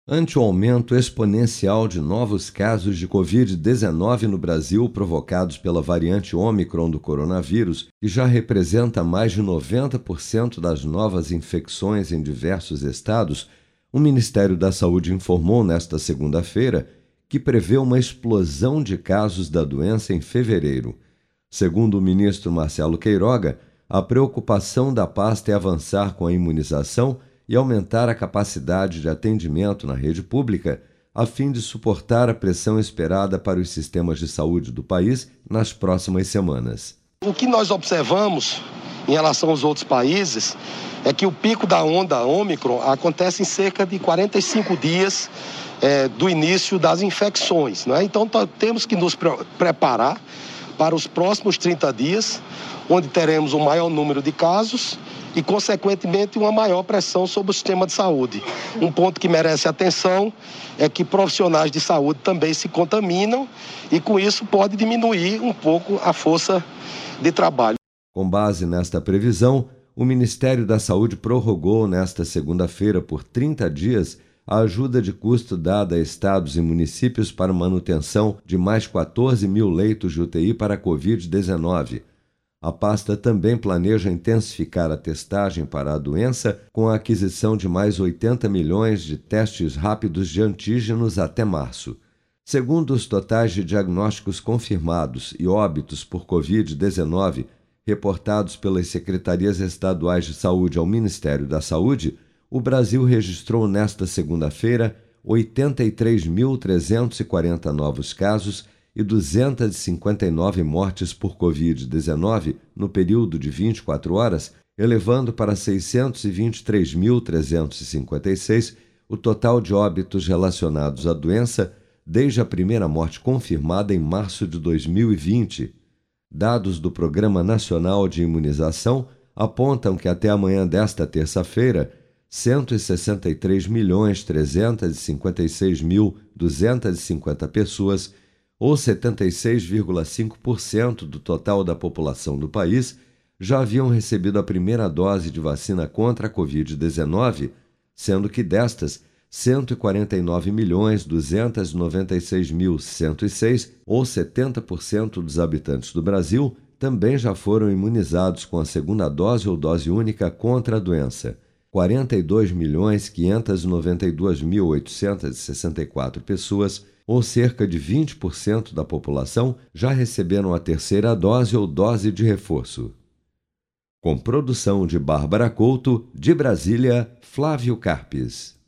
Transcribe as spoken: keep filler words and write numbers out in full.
Ante o aumento exponencial de novos casos de covid dezenove no Brasil provocados pela variante Ômicron do coronavírus, que já representa mais de noventa por cento das novas infecções em diversos estados, o Ministério da Saúde informou nesta segunda-feira que prevê uma explosão de casos da doença em fevereiro. Segundo o ministro Marcelo Queiroga, a preocupação da pasta é avançar com a imunização e aumentar a capacidade de atendimento na rede pública, a fim de suportar a pressão esperada para os sistemas de saúde do país nas próximas semanas. O que nós observamos em relação aos outros países é que o pico da onda Ômicron acontece em cerca de quarenta e cinco dias é, do início das infecções, né? Então temos que nos pre- preparar para os próximos trinta dias, onde teremos um maior número de casos e, consequentemente, uma maior pressão sobre o sistema de saúde. Um ponto que merece atenção é que profissionais de saúde também se contaminam e, com isso, pode diminuir um pouco a força de trabalho. Com base nesta previsão, o Ministério da Saúde prorrogou nesta segunda-feira por trinta dias a ajuda de custo dada a estados e municípios para manutenção de mais quatorze mil leitos de U T I para a covid dezenove. A pasta também planeja intensificar a testagem para a doença com a aquisição de mais oitenta milhões de testes rápidos de antígenos até março. Segundo os totais de diagnósticos confirmados e óbitos por covid dezenove reportados pelas secretarias estaduais de saúde ao Ministério da Saúde, o Brasil registrou nesta segunda-feira oitenta e três mil trezentos e quarenta novos casos e duzentas e cinquenta e nove mortes por covid dezenove no período de vinte e quatro horas, elevando para seiscentos e vinte e três mil trezentos e cinquenta e seis o total de óbitos relacionados à doença desde a primeira morte confirmada em março de dois mil e vinte. Dados do Programa Nacional de Imunização apontam que até amanhã desta terça-feira, cento e sessenta e três milhões trezentos e cinquenta e seis mil duzentas e cinquenta pessoas, ou setenta e seis vírgula cinco por cento do total da população do país, já haviam recebido a primeira dose de vacina contra a covid dezenove, sendo que destas, cento e quarenta e nove milhões duzentos e noventa e seis mil cento e seis, ou setenta por cento dos habitantes do Brasil, também já foram imunizados com a segunda dose ou dose única contra a doença. quarenta e dois milhões quinhentos e noventa e dois mil oitocentos e sessenta e quatro pessoas, ou cerca de vinte por cento da população, já receberam a terceira dose ou dose de reforço. Com produção de Bárbara Couto, de Brasília, Flávio Carpes.